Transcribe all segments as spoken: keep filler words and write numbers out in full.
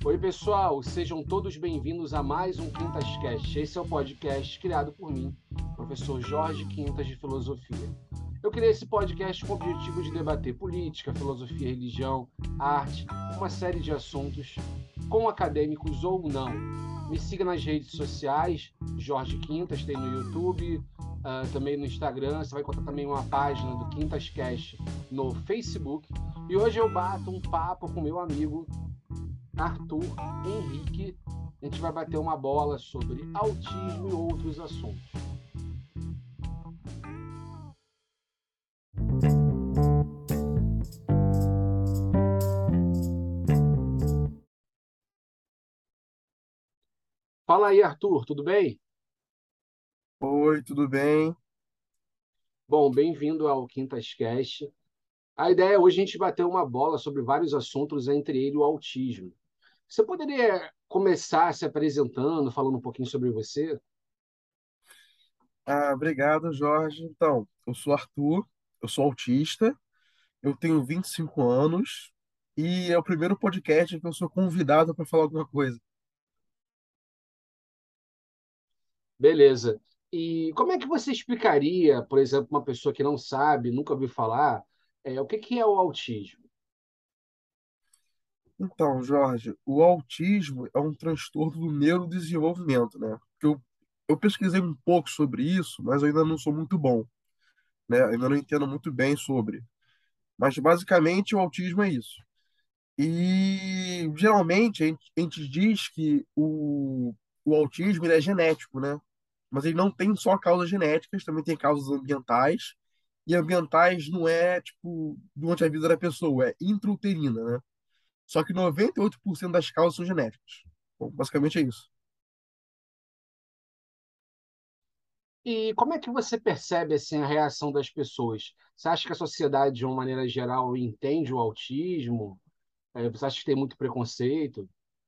Oi, pessoal, sejam todos bem-vindos a mais um QuintasCast. Esse é o podcast criado por mim, professor Jorge Quintas de Filosofia. Eu criei esse podcast com o objetivo de debater política, filosofia, religião, arte, uma série de assuntos, com acadêmicos ou não. Me siga nas redes sociais, Jorge Quintas, tem no YouTube, uh, também no Instagram. Você vai encontrar também uma página do QuintasCast no Facebook. E hoje eu bato um papo com meu amigo Arthur Henrique. A gente vai bater uma bola sobre autismo e outros assuntos. Fala aí, Arthur, tudo bem? Oi, tudo bem? Bom, bem-vindo ao QuintasCast. A ideia é hoje a gente bater uma bola sobre vários assuntos, entre eles o autismo. Você poderia começar se apresentando, falando um pouquinho sobre você? Ah, obrigado, Jorge. Então, eu sou Arthur, eu sou autista, eu tenho vinte e cinco anos e é o primeiro podcast que eu sou convidado para falar alguma coisa. Beleza. E como é que você explicaria, por exemplo, uma pessoa que não sabe, nunca ouviu falar, é, o que que é o autismo? Então, Jorge, o autismo é um transtorno do neurodesenvolvimento, né? Eu, eu pesquisei um pouco sobre isso, mas eu ainda não sou muito bom, né? Ainda não entendo muito bem sobre. Mas basicamente o autismo é isso. E geralmente a gente, a gente diz que o, o autismo ele é genético, né? Mas ele não tem só causas genéticas, também tem causas ambientais. E ambientais não é, tipo, durante a vida da pessoa, é intrauterina, né? Só que noventa e oito por cento das causas são genéticas. Bom, basicamente é isso. E como é que você percebe assim a reação das pessoas? Você acha que a sociedade, de uma maneira geral, entende o autismo? É, você acha que tem muito preconceito?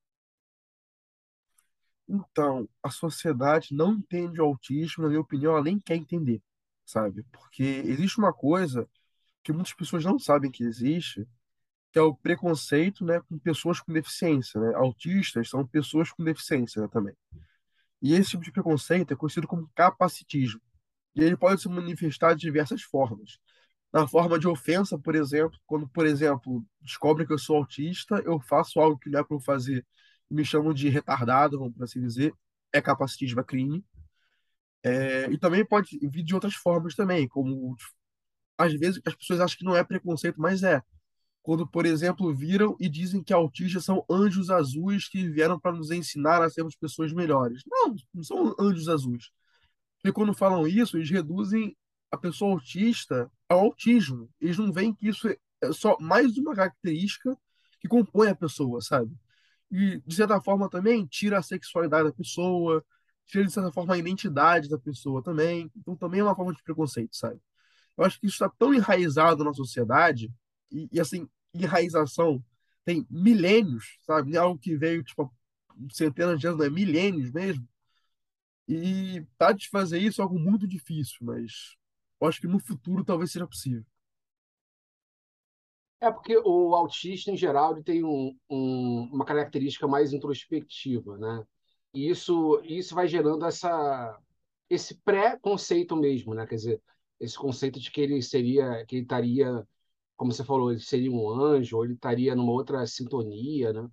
Então, a sociedade não entende o autismo, na minha opinião, ela nem quer entender, sabe? Porque existe uma coisa que muitas pessoas não sabem que existe, que é o preconceito, né, com pessoas com deficiência, né? Autistas são pessoas com deficiência, né, também. E esse tipo de preconceito é conhecido como capacitismo. E ele pode se manifestar de diversas formas. Na forma de ofensa, por exemplo, quando, por exemplo, descobrem que eu sou autista, eu faço algo que não é para eu fazer e me chamam de retardado, vamos por assim dizer, é capacitismo, é crime. É, e também pode vir de outras formas também, como às vezes as pessoas acham que não é preconceito, mas é. Quando, por exemplo, viram e dizem que autistas são anjos azuis que vieram para nos ensinar a sermos pessoas melhores. Não, não são anjos azuis. Porque quando falam isso, eles reduzem a pessoa autista ao autismo. Eles não veem que isso é só mais uma característica que compõe a pessoa, sabe? E, de certa forma, também tira a sexualidade da pessoa, tira, de certa forma, a identidade da pessoa também. Então, também é uma forma de preconceito, sabe? Eu acho que isso está tão enraizado na sociedade, e, e, assim, enraização tem milênios, sabe? Não é algo que veio, tipo, centenas de anos, não é milênios mesmo. E tá de fazer isso é algo muito difícil, mas eu acho que no futuro talvez seja possível. É porque o autista, em geral, ele tem um, um, uma característica mais introspectiva, né? E isso, isso vai gerando essa, esse pré-conceito mesmo, né? Quer dizer, esse conceito de que ele seria, que ele estaria, como você falou, ele seria um anjo, ou ele estaria numa outra sintonia, né?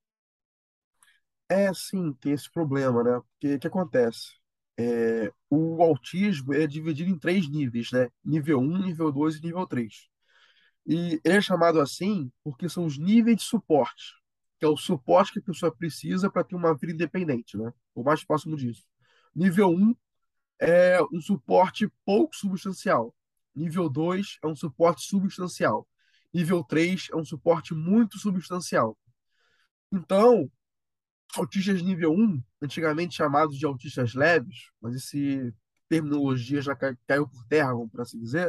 É, sim, tem esse problema, né? Porque o que acontece? É, o autismo é dividido em três níveis, né? Nível um, nível dois e nível três. E ele é chamado assim porque são os níveis de suporte, que é o suporte que a pessoa precisa para ter uma vida independente, né? O mais próximo disso. Nível um é um suporte pouco substancial. Nível dois é um suporte substancial. Nível três é um suporte muito substancial. Então, autistas nível um, antigamente chamados de autistas leves, mas esse terminologia já cai- caiu por terra, vamos por assim dizer,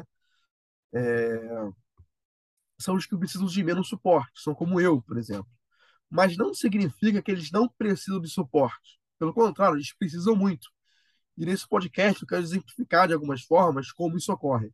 são os que precisam de menos suporte, são como eu, por exemplo. Mas não significa que eles não precisam de suporte. Pelo contrário, eles precisam muito. E nesse podcast eu quero exemplificar de algumas formas como isso ocorre.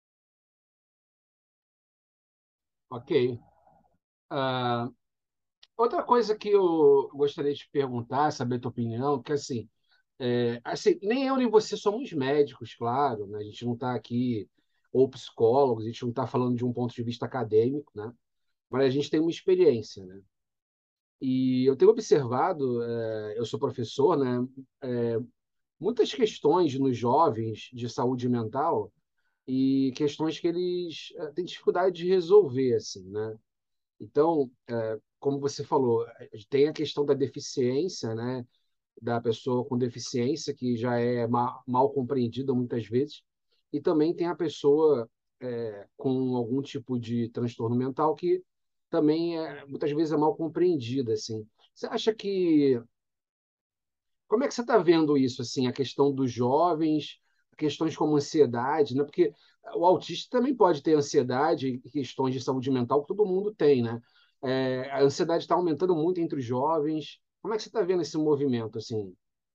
Ok. Ah, Outra coisa que eu gostaria de te perguntar, saber a tua opinião, que assim, é, assim, nem eu nem você somos médicos, claro, né? A gente não está aqui, ou psicólogos, a gente não está falando de um ponto de vista acadêmico, né? Mas a gente tem uma experiência, né? E eu tenho observado, é, eu sou professor, né? É, muitas questões nos jovens de saúde mental e questões que eles é, têm dificuldade de resolver, assim, né? Então, é, como você falou, tem a questão da deficiência, né? Da pessoa com deficiência, que já é ma- mal compreendida muitas vezes, e também tem a pessoa é, com algum tipo de transtorno mental que também é, muitas vezes é mal compreendida, assim. Você acha que como é que você está vendo isso, assim, a questão dos jovens, questões como ansiedade, né? Porque o autista também pode ter ansiedade e questões de saúde mental que todo mundo tem, né? É, a ansiedade está aumentando muito entre os jovens. Como é que você está vendo esse movimento, assim?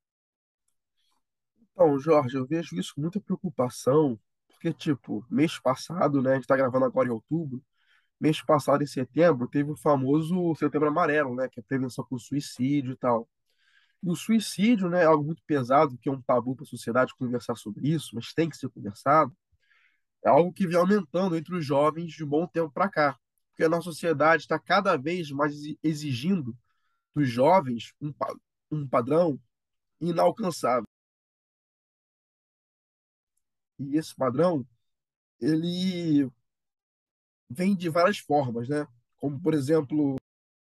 Então, Jorge, eu vejo isso com muita preocupação, porque, tipo, mês passado, né, a gente tá gravando agora em outubro, mês passado, em setembro, teve o famoso Setembro Amarelo, né, que é prevenção com suicídio e tal. E o suicídio, né, é algo muito pesado, que é um tabu para a sociedade conversar sobre isso, mas tem que ser conversado. É algo que vem aumentando entre os jovens de um bom tempo para cá, porque a nossa sociedade está cada vez mais exigindo dos jovens um, pa- um padrão inalcançável. E esse padrão, ele vem de várias formas, né? Como, por exemplo,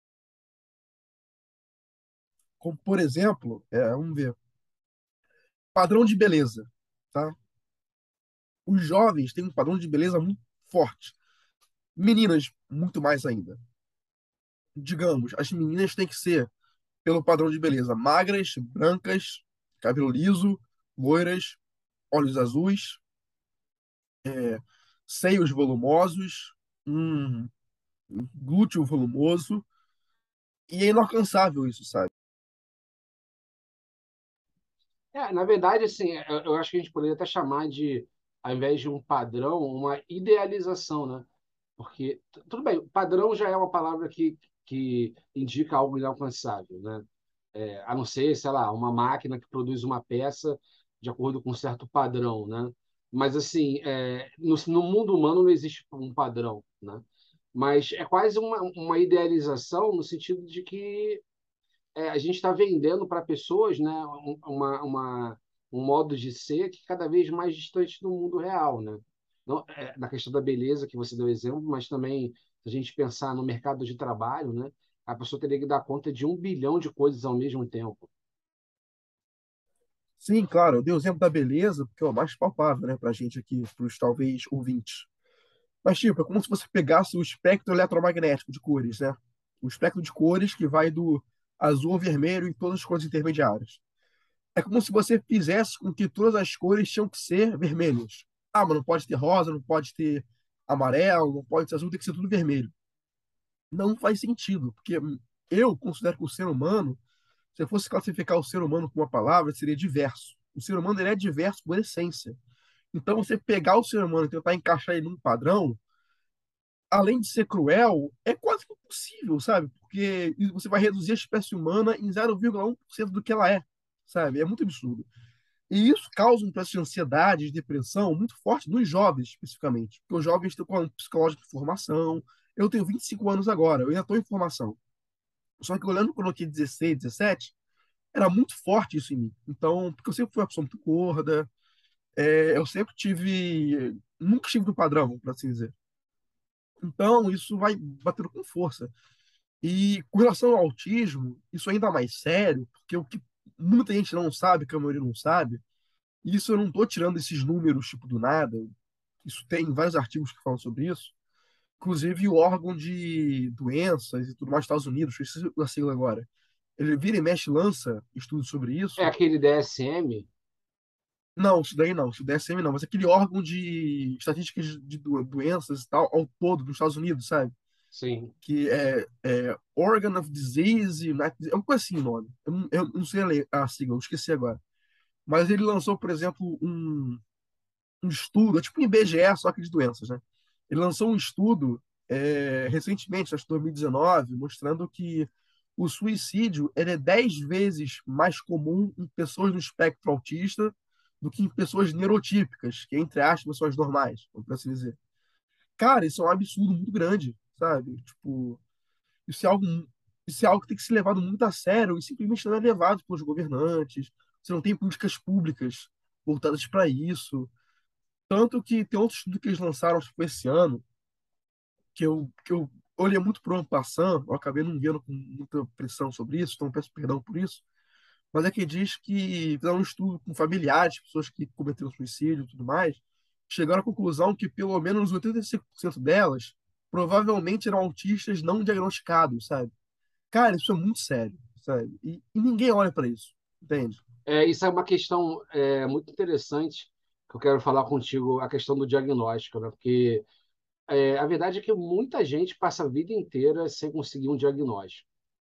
como, por exemplo, é, vamos ver, padrão de beleza, tá? Os jovens têm um padrão de beleza muito forte. Meninas, muito mais ainda. Digamos, as meninas têm que ser, pelo padrão de beleza, magras, brancas, cabelo liso, loiras, olhos azuis, é, seios volumosos, um glúteo volumoso, e é inalcançável isso, sabe? É, na verdade, assim, eu, eu acho que a gente poderia até chamar de, ao invés de um padrão, uma idealização, né? Porque, t- tudo bem, padrão já é uma palavra que, que indica algo inalcançável, né? É, a não ser, sei lá, uma máquina que produz uma peça de acordo com um certo padrão, né? Mas, assim, é, no, no mundo humano não existe um padrão, né? Mas é quase uma, uma idealização no sentido de que é, a gente está vendendo para pessoas, né, um- uma, uma, um modo de ser que cada vez mais distante do mundo real, né? Não, é, na questão da beleza que você deu exemplo, mas também se a gente pensar no mercado de trabalho, né, a pessoa teria que dar conta de um bilhão de coisas ao mesmo tempo. Sim, claro, eu dei o exemplo da beleza, porque é o mais palpável, né, pra gente aqui, pros talvez ouvintes. Mas, tipo, é como se você pegasse o espectro eletromagnético de cores, né? O espectro de cores que vai do azul ao vermelho em todas as cores intermediárias. É como se você fizesse com que todas as cores tinham que ser vermelhas. Ah, mas não pode ter rosa, não pode ter amarelo, não pode ter azul, tem que ser tudo vermelho. Não faz sentido, porque eu considero que o ser humano, se eu fosse classificar o ser humano com uma palavra, seria diverso. O ser humano ele é diverso por essência. Então, você pegar o ser humano e tentar encaixar ele num padrão, além de ser cruel, é quase que impossível, sabe? Porque você vai reduzir a espécie humana em zero vírgula um por cento do que ela é, sabe? É muito absurdo. E isso causa um processo de ansiedade, de depressão muito forte nos jovens, especificamente. Porque os jovens estão com um psicológico de formação. Eu tenho vinte e cinco anos agora, eu ainda estou em formação. Só que olhando quando eu tinha dezesseis, dezessete, era muito forte isso em mim. Então, porque eu sempre fui uma pessoa muito gorda, é, eu sempre tive. Nunca estive no padrão, por assim dizer. Então, isso vai batendo com força. E com relação ao autismo, isso é ainda mais sério, porque o que muita gente não sabe, que a maioria não sabe, e isso eu não estou tirando esses números tipo do nada, isso tem vários artigos que falam sobre isso, inclusive o órgão de doenças e tudo mais dos Estados Unidos, que eu esqueci a sigla agora, ele vira e mexe, lança estudos sobre É isso. aquele D S M? Não, isso daí não, isso D S M não, mas aquele órgão de estatísticas de do- doenças e tal, ao todo, dos Estados Unidos, sabe? Sim. Que é, é Organ of Disease, United, é uma coisa assim o nome. Eu não, eu não sei a, le- a sigla, eu esqueci agora. Mas ele lançou, por exemplo, um, um estudo, é tipo um I B G E, só que de doenças, né? Ele lançou um estudo é, recentemente, acho que em dois mil e dezenove, mostrando que o suicídio ele é dez vezes mais comum em pessoas no espectro autista do que em pessoas neurotípicas, que, entre aspas, são as normais, vamos assim dizer. Cara, isso é um absurdo muito grande, sabe? Tipo, isso é algo, isso é algo que tem que ser levado muito a sério e simplesmente não é levado pelos governantes. Você não tem políticas públicas voltadas para isso. Tanto que tem outro estudo que eles lançaram, acho que foi esse ano, que eu, que eu olhei muito pro ano passando, eu acabei não vendo com muita pressão sobre isso, então peço perdão por isso, mas é que diz que fizeram um estudo com familiares, pessoas que cometeram suicídio e tudo mais, chegaram à conclusão que pelo menos oitenta e cinco por cento delas provavelmente eram autistas não diagnosticados, sabe? Cara, isso é muito sério, sabe? E, e ninguém olha para isso, entende? É, isso é uma questão é, muito interessante que eu quero falar contigo, a questão do diagnóstico, né? Porque é, a verdade é que muita gente passa a vida inteira sem conseguir um diagnóstico.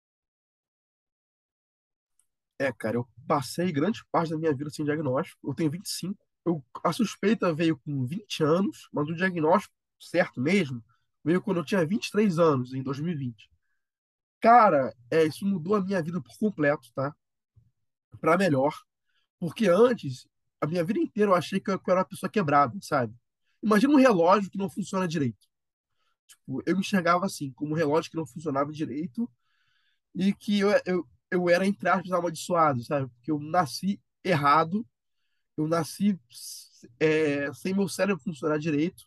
É, cara, eu passei grande parte da minha vida sem diagnóstico. Eu tenho vinte e cinco. Eu, a suspeita veio com vinte anos, mas o diagnóstico certo mesmo veio quando eu tinha vinte e três anos, em dois mil e vinte. Cara, é, isso mudou a minha vida por completo, tá? Pra melhor. Porque antes, a minha vida inteira eu achei que eu, que eu era uma pessoa quebrada, sabe? Imagina um relógio que não funciona direito. Tipo, eu me enxergava assim, como um relógio que não funcionava direito e que eu, eu, eu era, entre aspas, amaldiçoado, sabe? Porque eu nasci errado. Eu nasci é, sem meu cérebro funcionar direito.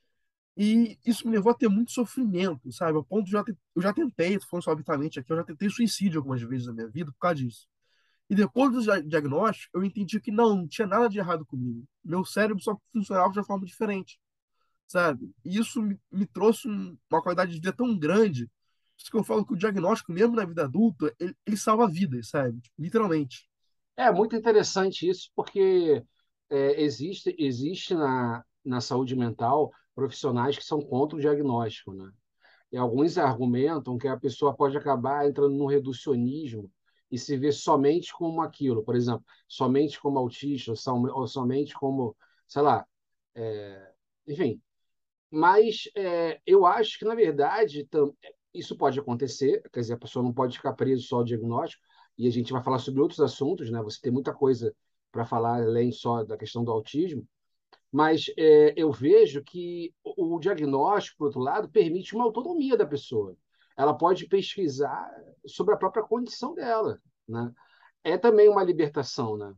E isso me levou a ter muito sofrimento, sabe? Ao ponto de eu já, te- eu já tentei, tô falando só abertamente aqui, eu já tentei suicídio algumas vezes na minha vida por causa disso. E depois do dia- diagnóstico, eu entendi que não, não tinha nada de errado comigo. Meu cérebro só funcionava de uma forma diferente, sabe? E isso me, me trouxe um- uma qualidade de vida tão grande. Por isso que eu falo que o diagnóstico, mesmo na vida adulta, ele, ele salva vidas, sabe? Tipo, literalmente. É muito interessante isso, porque é, existe, existe na, na saúde mental profissionais que são contra o diagnóstico, né? E alguns argumentam que a pessoa pode acabar entrando num reducionismo e se ver somente como aquilo, por exemplo, somente como autista, ou, som- ou somente como, sei lá, é, enfim. Mas é, eu acho que, na verdade, tam- isso pode acontecer, quer dizer, a pessoa não pode ficar presa só ao diagnóstico, e a gente vai falar sobre outros assuntos, né? Você tem muita coisa para falar além só da questão do autismo, mas é, eu vejo que o, o diagnóstico, por outro lado, permite uma autonomia da pessoa. Ela pode pesquisar sobre a própria condição dela, né? É também uma libertação, né?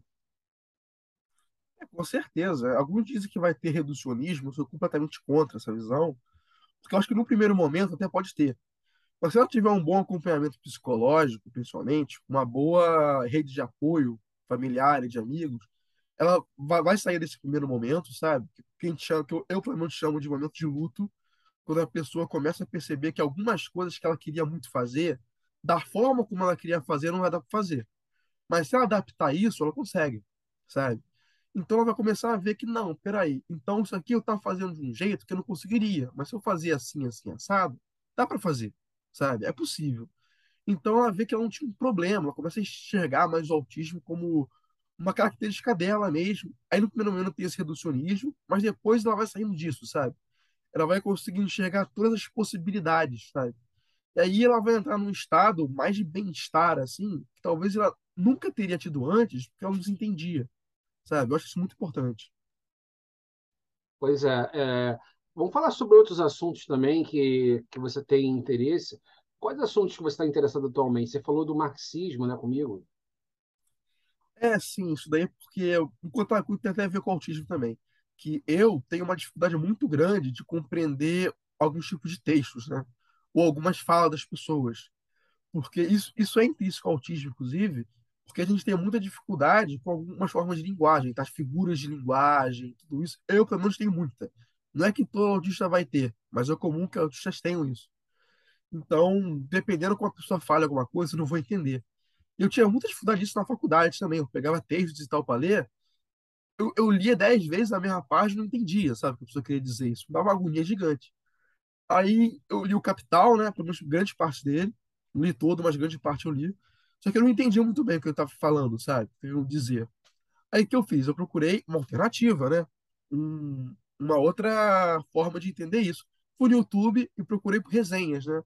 É, com certeza. Alguns dizem que vai ter reducionismo, eu sou completamente contra essa visão, porque eu acho que no primeiro momento até pode ter. Mas se ela tiver um bom acompanhamento psicológico, principalmente, uma boa rede de apoio familiar e de amigos, ela vai, vai sair desse primeiro momento, sabe? Que a gente chama, que eu, eu pelo menos chamo de momento de luto, quando a pessoa começa a perceber que algumas coisas que ela queria muito fazer, da forma como ela queria fazer, não vai dar para fazer. Mas se ela adaptar isso, ela consegue, sabe? Então ela vai começar a ver que não, peraí, então isso aqui eu estava fazendo de um jeito que eu não conseguiria, mas se eu fazia assim, assim, assado, dá para fazer, sabe? É possível. Então ela vê que ela não tinha um problema, ela começa a enxergar mais o autismo como uma característica dela mesmo. Aí no primeiro momento tem esse reducionismo, mas depois ela vai saindo disso, sabe? Ela vai conseguindo enxergar todas as possibilidades, sabe? E aí ela vai entrar num estado mais de bem-estar, assim, que talvez ela nunca teria tido antes, porque ela não se entendia, sabe? Eu acho isso muito importante. Pois é, é, vamos falar sobre outros assuntos também que, que você tem interesse. Quais assuntos que você está interessado atualmente? Você falou do marxismo, né, comigo? É, sim, isso daí é porque, eu- enquanto a coisa tem até a ver com autismo também, que eu tenho uma dificuldade muito grande de compreender alguns tipos de textos, né? Ou algumas falas das pessoas. Porque isso, isso é intrínseco ao autismo, inclusive, porque a gente tem muita dificuldade com algumas formas de linguagem, tá? As figuras de linguagem, tudo isso. Eu, pelo menos, tenho muita. Não é que todo autista vai ter, mas é comum que autistas tenham isso. Então, dependendo como a pessoa fala alguma coisa, eu não vou entender. Eu tinha muita dificuldade disso na faculdade também. Eu pegava textos e tal para ler, eu, eu lia dez vezes a mesma página e não entendia, sabe, o que a pessoa queria dizer isso. Me dava uma agonia gigante. Aí eu li o Capital, né? Pelo menos grande parte dele. Não li todo, mas grande parte eu li. Só que eu não entendia muito bem o que ele estava falando, sabe? O que eu dizer. Aí o que eu fiz? Eu procurei uma alternativa, né? Um- uma outra forma de entender isso. Fui no YouTube e procurei por resenhas, né?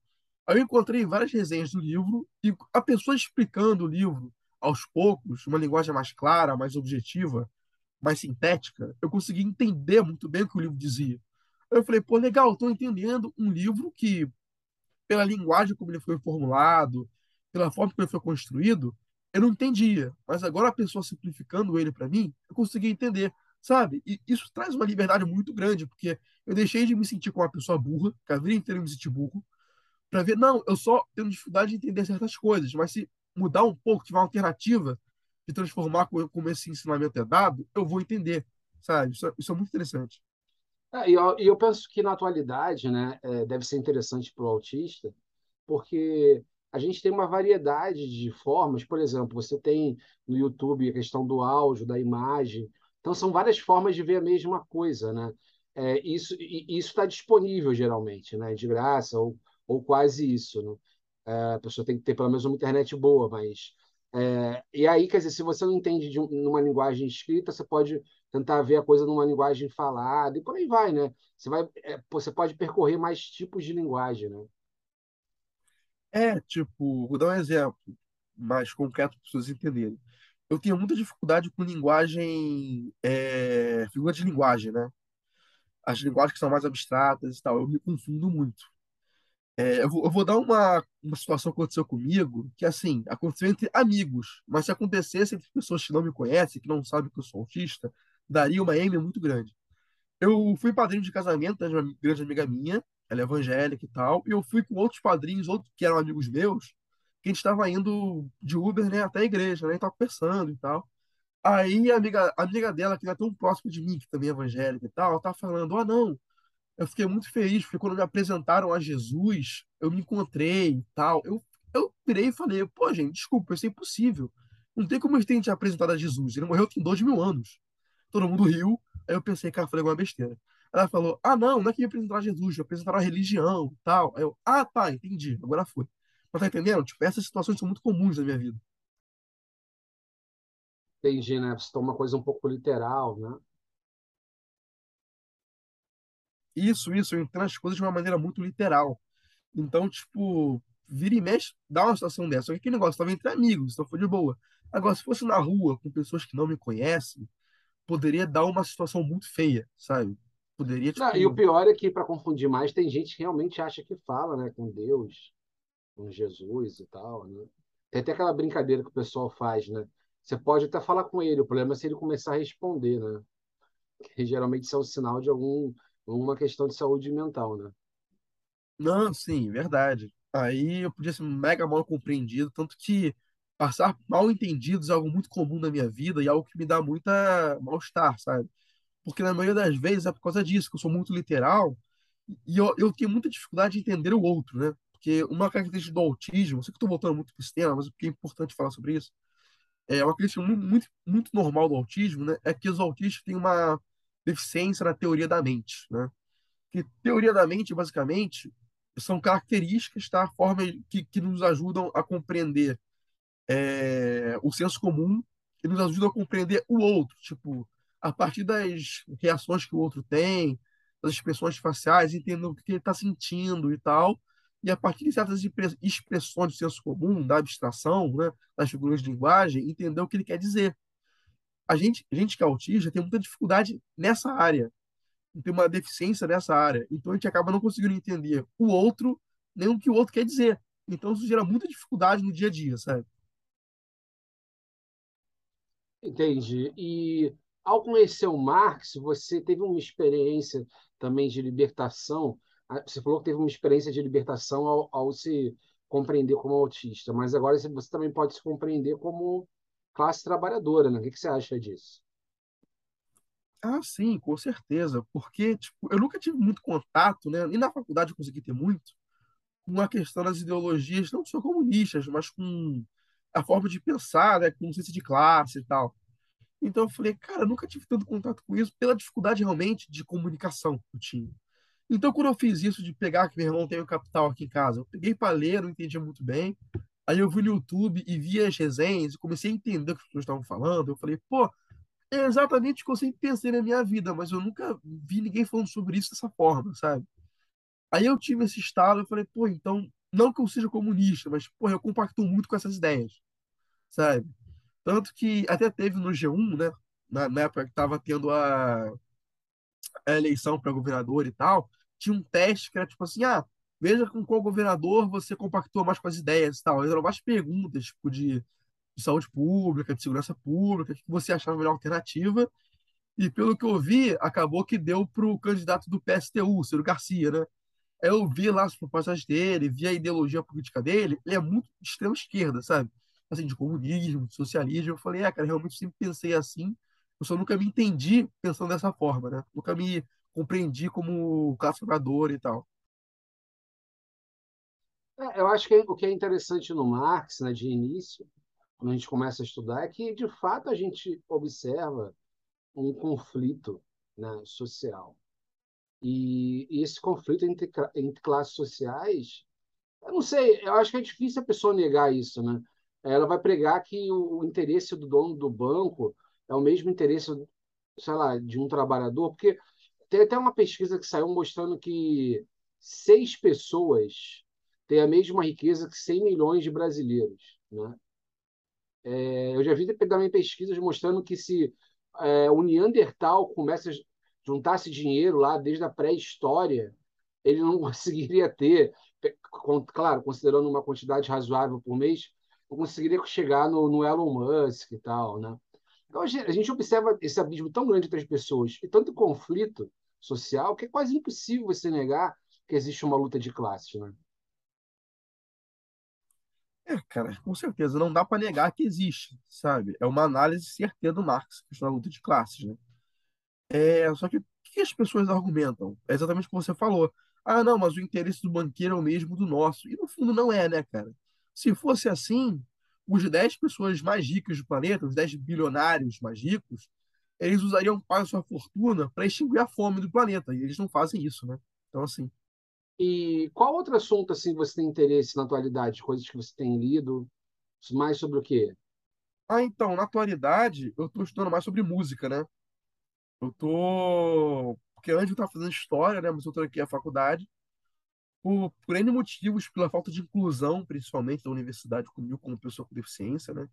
Aí eu encontrei várias resenhas do livro e a pessoa explicando o livro aos poucos, uma linguagem mais clara, mais objetiva, mais sintética, eu consegui entender muito bem o que o livro dizia. Aí eu falei, pô, legal, estou entendendo um livro que, pela linguagem como ele foi formulado, pela forma como ele foi construído, eu não entendia. Mas agora a pessoa simplificando ele para mim, eu consegui entender, sabe? E isso traz uma liberdade muito grande, porque eu deixei de me sentir como uma pessoa burra, que a vida inteira eu me senti burro, para ver, não, eu só tenho dificuldade de entender certas coisas, mas se mudar um pouco, tiver uma alternativa de transformar como, como esse ensinamento é dado, eu vou entender, sabe? Isso, é- isso é muito interessante. É, e eu, e eu penso que na atualidade, né, é, deve ser interessante para o autista, porque a gente tem uma variedade de formas. Por exemplo, você tem no YouTube a questão do áudio, da imagem. Então, são várias formas de ver a mesma coisa, né? É, isso e isso está disponível geralmente, né? De graça ou, ou quase isso, né? É, a pessoa tem que ter pelo menos uma internet boa, mas é, e aí, quer dizer, se você não entende de um- numa linguagem escrita, você pode tentar ver a coisa numa linguagem falada e por aí vai, né? Você vai, é, você pode percorrer mais tipos de linguagem, né? É, tipo, vou dar um exemplo mais concreto para as pessoas entenderem. Eu tenho muita dificuldade com linguagem, é, figura de linguagem, né? As linguagens que são mais abstratas e tal, eu me confundo muito. É, eu vou, eu vou dar uma, uma situação que aconteceu comigo, que assim, aconteceu entre amigos, mas se acontecesse entre pessoas que não me conhecem, que não sabem que eu sou autista, daria uma M muito grande. Eu fui padrinho de casamento de uma grande amiga minha, ela é evangélica e tal, e eu fui com outros padrinhos, outros que eram amigos meus, que a gente estava indo de Uber, né, até a igreja, né, e tava conversando e tal. Aí a amiga, a amiga dela, que não é tão próxima de mim, que também é evangélica e tal, ela tava falando, ah, não, eu fiquei muito feliz, porque quando me apresentaram a Jesus, eu me encontrei e tal. Eu, eu virei e falei, pô, gente, desculpa, isso é impossível. Não tem como eles terem te apresentado a Jesus. Ele morreu tem dois mil anos. Todo mundo riu. Aí eu pensei, cara, falei alguma besteira. Ela falou, ah, não, não é que me apresentaram a Jesus, me apresentaram a religião e tal. Aí eu, ah, tá, entendi, agora foi. Mas tá entendendo? Tipo, essas situações são muito comuns na minha vida. Entendi, né? Você toma uma coisa um pouco literal, né? Isso, isso, eu entendo as coisas de uma maneira muito literal. Então, tipo, vira e mexe, dá uma situação dessa. Só que aquele negócio estava entre amigos, então foi de boa. Agora, se fosse na rua com pessoas que não me conhecem, poderia dar uma situação muito feia, sabe? Poderia, Não, e o tipo, pior é que, para confundir mais, tem gente que realmente acha que fala, né, com Deus, com Jesus e tal, né? Tem até aquela brincadeira que o pessoal faz, né? Você pode até falar com ele, o problema é se ele começar a responder, né? Que geralmente isso é um sinal de algum, alguma questão de saúde mental, né? não, sim, verdade. Aí eu podia ser mega mal compreendido, tanto que passar mal entendidos é algo muito comum na minha vida e algo que me dá muita mal-estar, sabe? Porque na maioria das vezes é por causa disso, que eu sou muito literal e eu, eu tenho muita dificuldade de entender o outro, né? Porque uma característica do autismo, eu sei que eu tô voltando muito para esse tema, mas é porque é importante falar sobre isso, é uma característica mu- muito, muito normal do autismo, né? É que os autistas têm uma deficiência na teoria da mente, né? Que teoria da mente, basicamente, são características, tá? Formas que, que nos ajudam a compreender é, o senso comum, que nos ajudam a compreender o outro, tipo, a partir das reações que o outro tem, das expressões faciais, entender o que ele está sentindo e tal. E a partir de certas expre- expressões do senso comum, da abstração, né, das figuras de linguagem, entender o que ele quer dizer. A gente, a gente que é autista tem muita dificuldade nessa área, tem uma deficiência nessa área. Então a gente acaba não conseguindo entender o outro, nem o que o outro quer dizer. Então isso gera muita dificuldade no dia a dia, sabe? Entendi. E ao conhecer o Marx, você teve uma experiência também de libertação. Ah, você falou que teve uma experiência de libertação ao, ao se compreender como autista, mas agora você você também pode se compreender como classe trabalhadora, né? O que que você acha disso? Ah, sim, com certeza. Porque, tipo, eu nunca tive muito contato, né? E na faculdade eu consegui ter muito, com a questão das ideologias, não só comunistas, mas com a forma de pensar, né? Com consciência de classe e tal. Então eu falei, cara, eu nunca tive tanto contato com isso pela dificuldade realmente de comunicação que eu tinha. Então, quando eu fiz isso de pegar que meu irmão tem o Capital aqui em casa, eu peguei para ler, não entendia muito bem. Aí eu vi no YouTube e vi as resenhas e comecei a entender o que as pessoas estavam falando. Eu falei, pô, é exatamente o que eu sempre pensei na minha vida, mas eu nunca vi ninguém falando sobre isso dessa forma, sabe? Aí eu tive esse estalo, eu falei, pô, então Não que eu seja comunista, mas, porra, eu compacto muito com essas ideias, sabe? Tanto que até teve no G um, né? Na, na época que tava tendo a, a eleição para governador e tal, tinha um teste que era tipo assim, ah, veja com qual governador você compactua mais com as ideias e tal. Eram várias perguntas, tipo, de, de saúde pública, de segurança pública, o que você achava a melhor alternativa. E pelo que eu vi, acabou que deu pro candidato do P S T U, Ciro Garcia, né? Aí eu vi lá as propostas dele, vi a ideologia política dele, ele é muito de extrema esquerda, sabe? Assim, de comunismo, de socialismo. Eu falei, é, cara, realmente sempre pensei assim. Eu só nunca me entendi pensando dessa forma, né? Nunca me compreendi como classe trabalhadora e tal. É, eu acho que o que é interessante no Marx, né, de início, quando a gente começa a estudar, é que, de fato, a gente observa um conflito, né, social. E, e esse conflito entre, entre classes sociais, eu não sei, eu acho que é difícil a pessoa negar isso, né? Ela vai pregar que o, o interesse do dono do banco é o mesmo interesse, sei lá, de um trabalhador, porque tem até uma pesquisa que saiu mostrando que seis pessoas têm a mesma riqueza que cem milhões de brasileiros, né? É, eu já vi também pesquisas mostrando que se é, o Neandertal começa a juntasse dinheiro lá desde a pré-história, ele não conseguiria ter, claro, considerando uma quantidade razoável por mês, não conseguiria chegar no, no Elon Musk e tal, né? Então a gente, a gente observa esse abismo tão grande entre as pessoas e tanto conflito social que é quase impossível você negar que existe uma luta de classes, né? É, cara, com certeza, não dá para negar que existe, sabe? É uma análise certeira do Marx, a questão da luta de classes, né? É, só que o que as pessoas argumentam? É exatamente o que você falou. Ah, não, mas o interesse do banqueiro é o mesmo do nosso. E no fundo não é, né, cara? Se fosse assim, os dez pessoas mais ricas do planeta, os dez bilionários mais ricos, eles usariam parte da sua fortuna para extinguir a fome do planeta. E eles não fazem isso, né? Então, assim. E qual outro assunto assim você tem interesse na atualidade? Coisas que você tem lido? Mais sobre o quê? Ah, então, na atualidade, eu tô estudando mais sobre música, né? Eu tô. Porque antes eu tava fazendo história, né? Mas eu tô aqui na faculdade. Por, por N motivos, pela falta de inclusão, principalmente da universidade comigo, como pessoa com deficiência, né?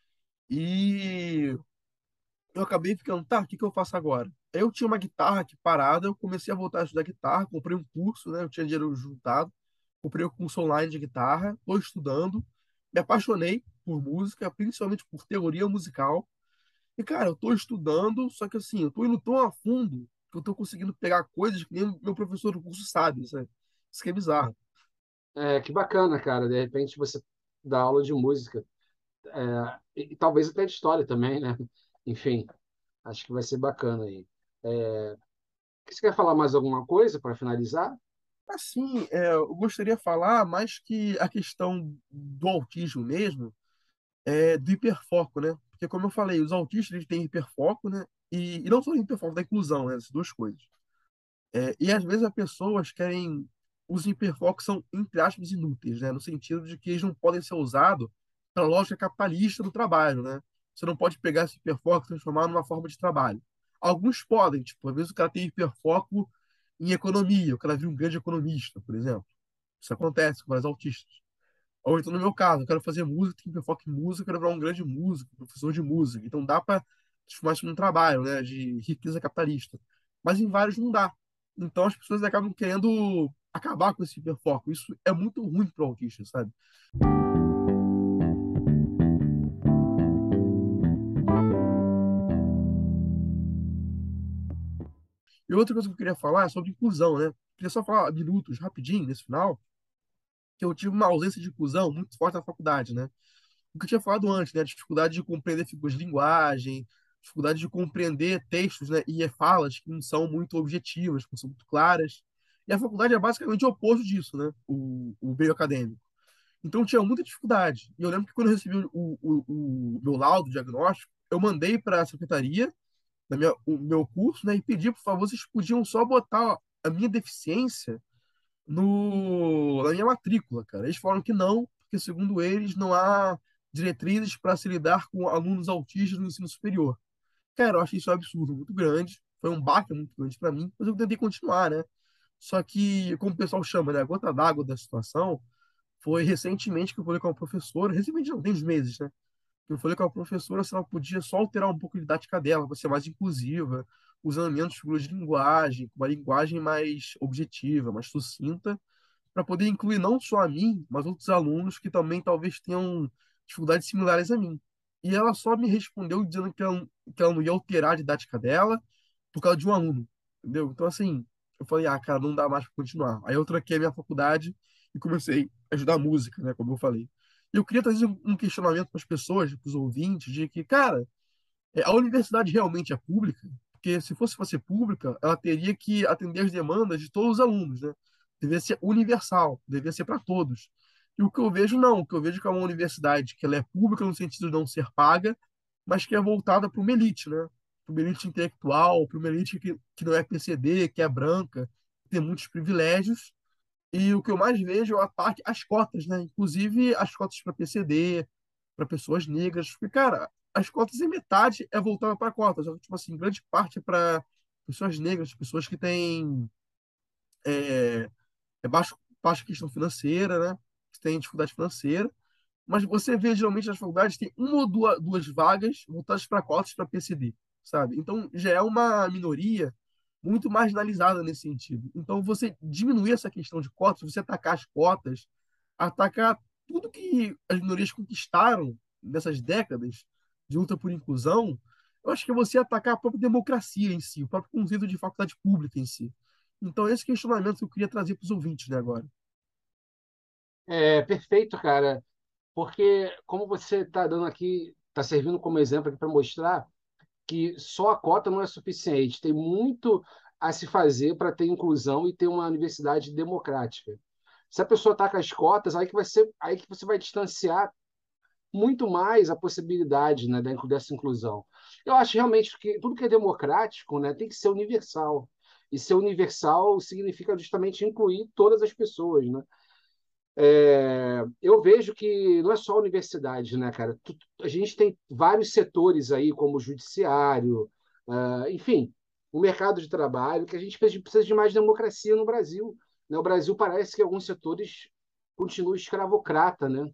E eu acabei ficando, tá, o que que eu faço agora? Eu tinha uma guitarra aqui parada, eu comecei a voltar a estudar guitarra, comprei um curso, né? Eu tinha dinheiro juntado, comprei um curso online de guitarra, estou estudando, me apaixonei por música, principalmente por teoria musical. E, cara, eu tô estudando, só que assim, eu tô indo tão a fundo que eu tô conseguindo pegar coisas que nem o meu professor do curso sabe, sabe? Isso que é bizarro. É, que bacana, cara. De repente você dá aula de música, é, e, e talvez até de história também, né? Enfim, acho que vai ser bacana aí. É, você quer falar mais alguma coisa para finalizar? Assim, é, eu gostaria de falar mais que a questão do autismo mesmo, é do hiperfoco, né? Porque, como eu falei, os autistas eles têm hiperfoco, né? E, e não só o hiperfoco da inclusão, né? Essas duas coisas. É, e às vezes as pessoas querem. Os hiperfocos são, entre aspas, inúteis, né? No sentido de que eles não podem ser usados para a lógica capitalista do trabalho, né? Você não pode pegar esse hiperfoco e transformar numa forma de trabalho. Alguns podem, tipo, às vezes o cara tem hiperfoco em economia, o cara vira um grande economista, por exemplo. Isso acontece com vários autistas. Ou então, no meu caso, eu quero fazer música, tenho hiperfoco em música, eu quero virar um grande músico, professor de música. Então dá para transformar isso num trabalho, né, de riqueza capitalista. Mas em vários não dá. Então as pessoas acabam querendo acabar com esse hiperfoco. Isso é muito ruim para o autista, sabe? E outra coisa que eu queria falar é sobre inclusão, né? Queria só falar minutos, rapidinho, nesse final, que eu tive uma ausência de inclusão muito forte na faculdade, né? O que eu tinha falado antes, né? A dificuldade de compreender figuras de linguagem, dificuldade de compreender textos, né? E falas que não são muito objetivas, que não são muito claras. E a faculdade é basicamente o oposto disso, né? O, o meio acadêmico. Então tinha muita dificuldade. E eu lembro que quando eu recebi o, o, o meu laudo diagnóstico, eu mandei para a secretaria da minha, o meu curso, né? E pedi, por favor, vocês podiam só botar a minha deficiência no, na minha matrícula, cara. Eles falaram que não, porque segundo eles não há diretrizes para se lidar com alunos autistas no ensino superior. Cara, eu achei isso um absurdo, muito grande. Foi um baque muito grande para mim, mas eu tentei continuar, né? Só que, como o pessoal chama, né, a gota d'água da situação foi recentemente que eu falei com a professora, recentemente não, tem uns meses, né? Eu falei com a professora se ela podia só alterar um pouco a didática dela, para ser mais inclusiva, usando menos figuras de linguagem, com uma linguagem mais objetiva, mais sucinta, para poder incluir não só a mim, mas outros alunos que também talvez tenham dificuldades similares a mim. E ela só me respondeu dizendo que ela, que ela não ia alterar a didática dela por causa de um aluno, entendeu? Então, assim, eu falei, ah, cara, não dá mais para continuar. Aí eu troquei a minha faculdade e comecei a estudar música, né, como eu falei. E eu queria trazer um um questionamento para as pessoas, para os ouvintes, de que, cara, é, a universidade realmente é pública? Porque se fosse para ser pública, ela teria que atender as demandas de todos os alunos, né? Devia ser universal, devia ser para todos. E o que eu vejo, não. O que eu vejo é que é uma universidade que ela é pública no sentido de não ser paga, mas que é voltada para uma elite, né? Para uma elite intelectual, para uma elite que, que não é P C D, que é branca, que tem muitos privilégios. E o que eu mais vejo é o ataque às cotas, né? Inclusive as cotas para P C D, para pessoas negras. Porque, cara, as cotas em metade é voltada para cotas. Tipo assim, grande parte é para pessoas negras, pessoas que têm é, é baixo, baixa questão financeira, né? Que têm dificuldade financeira. Mas você vê, geralmente, nas faculdades, tem uma ou duas, duas vagas voltadas para cotas para P C D, sabe? Então, já é uma minoria muito marginalizada nesse sentido. Então, você diminuir essa questão de cotas, você atacar as cotas, atacar tudo que as minorias conquistaram nessas décadas de luta por inclusão, eu acho que é você atacar a própria democracia em si, o próprio conceito de faculdade pública em si. Então, esse questionamento que eu queria trazer para os ouvintes, né, agora. É perfeito, cara, porque como você está dando aqui, está servindo como exemplo aqui para mostrar que só a cota não é suficiente, tem muito a se fazer para ter inclusão e ter uma universidade democrática. Se a pessoa está com as cotas, aí que vai ser, aí que você vai distanciar muito mais a possibilidade, né, da- dessa inclusão. Eu acho realmente que tudo que é democrático, né, tem que ser universal. E ser universal significa justamente incluir todas as pessoas, né? É, eu vejo que não é só a universidade, né, cara? Tu- A gente tem vários setores aí, como o judiciário, ah, enfim, o mercado de trabalho, que a gente precisa precisa de mais democracia no Brasil, né? O Brasil parece que em alguns setores continua escravocrata, né?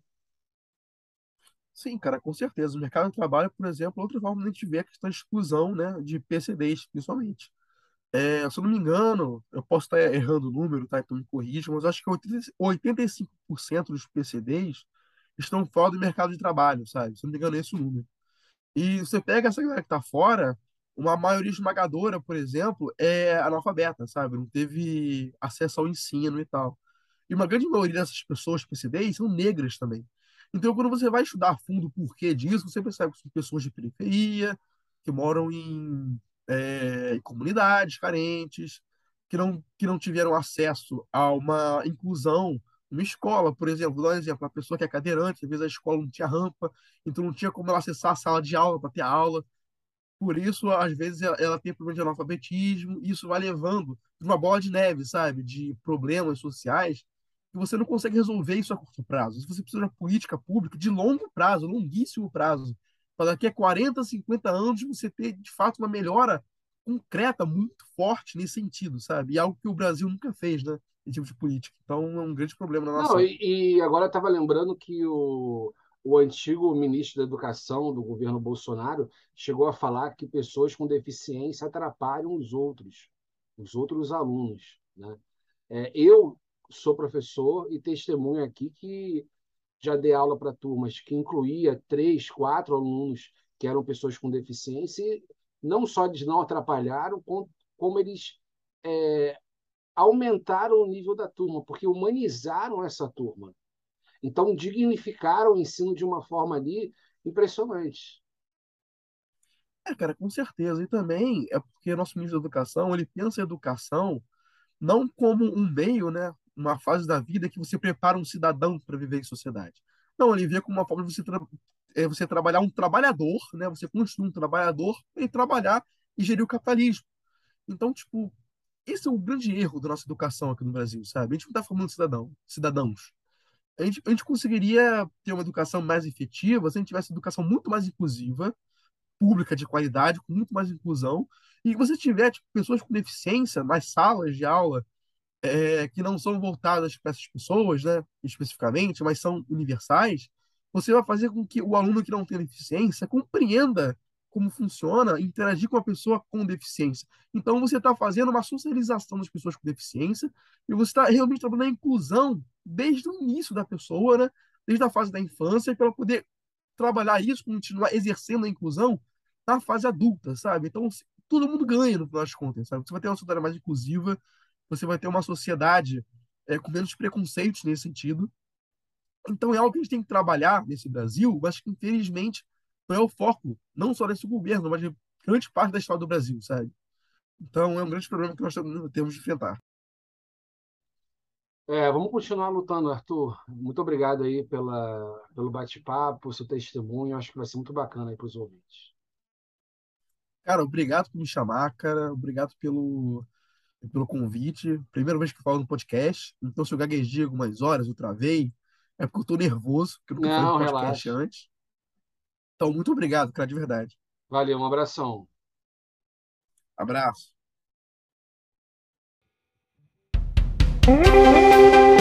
Sim, cara, com certeza. O mercado de trabalho, por exemplo, é outra forma de a gente ver a questão de exclusão, né, de P C Ds, principalmente. É, se eu não me engano, eu posso estar errando o número, tá? Então me corrija, mas eu acho que oitenta oitenta e cinco por cento dos P C Ds estão fora do mercado de trabalho, sabe? Se eu não me engano, é esse o número. E você pega essa galera que tá fora, uma maioria esmagadora, por exemplo, é analfabeta, sabe? Não teve acesso ao ensino e tal. E uma grande maioria dessas pessoas P C Ds são negras também. Então, quando você vai estudar a fundo o porquê disso, você percebe que são pessoas de periferia, que moram em, é, em comunidades carentes, que não, que não tiveram acesso a uma inclusão. Uma escola, por exemplo, vou dar um exemplo, uma pessoa que é cadeirante, às vezes a escola não tinha rampa, então não tinha como ela acessar a sala de aula para ter aula. Por isso, às vezes, ela, ela tem problema de analfabetismo, e isso vai levando de uma bola de neve, sabe? De problemas sociais, que você não consegue resolver isso a curto prazo. Você precisa de uma política pública de longo prazo, longuíssimo prazo, para daqui a quarenta, cinquenta anos você ter, de fato, uma melhora concreta, muito forte nesse sentido, sabe? E algo que o Brasil nunca fez, né? Esse tipo de política. Então, é um grande problema na Não, nação. e, e agora eu estava lembrando que o, o antigo ministro da Educação do governo Bolsonaro chegou a falar que pessoas com deficiência atrapalham os outros, os outros alunos, né? É, eu sou professor e testemunho aqui que já dei aula para turmas que incluía três, quatro alunos que eram pessoas com deficiência e não só eles não atrapalharam, como, como eles é, aumentaram o nível da turma, porque humanizaram essa turma. Então, dignificaram o ensino de uma forma ali impressionante. É, cara, com certeza. E também é porque nosso ministro da Educação, ele pensa a educação não como um meio, né, uma fase da vida que você prepara um cidadão para viver em sociedade. Não, ele vê como uma forma de você, tra é, você trabalhar um trabalhador, né, você construir um trabalhador e trabalhar e gerir o capitalismo. Então, tipo, esse é o grande erro da nossa educação aqui no Brasil, sabe? A gente não está formando cidadão, cidadãos. A gente, a gente conseguiria ter uma educação mais efetiva se a gente tivesse educação muito mais inclusiva, pública de qualidade, com muito mais inclusão, e que você tiver tipo, pessoas com deficiência nas salas de aula, é, que não são voltadas para essas pessoas, né, especificamente, mas são universais, você vai fazer com que o aluno que não tem deficiência compreenda como funciona interagir com a pessoa com deficiência. Então, você está fazendo uma socialização das pessoas com deficiência e você está realmente trabalhando a inclusão desde o início da pessoa, né, desde a fase da infância, para ela poder trabalhar isso, continuar exercendo a inclusão na fase adulta, sabe? Então, todo mundo ganha no final das contas, sabe? Você vai ter uma sociedade mais inclusiva, você vai ter uma sociedade é, com menos preconceitos nesse sentido. Então é algo que a gente tem que trabalhar nesse Brasil, mas que infelizmente não é o foco, não só desse governo, mas de grande parte da história do Brasil, sabe? Então é um grande problema que nós temos de enfrentar. É, vamos continuar lutando, Arthur. Muito obrigado aí pela, pelo bate-papo, seu testemunho. Acho que vai ser muito bacana aí para os ouvintes. Cara, obrigado por me chamar, cara. Obrigado pelo, pelo convite. Primeira vez que eu falo no podcast. Então, se eu gaguejei algumas horas, eu travei, é porque eu tô nervoso, porque eu nunca falei no Não, podcast relaxa. antes. Então, muito obrigado, cara, de verdade. Valeu, um abração. Abraço.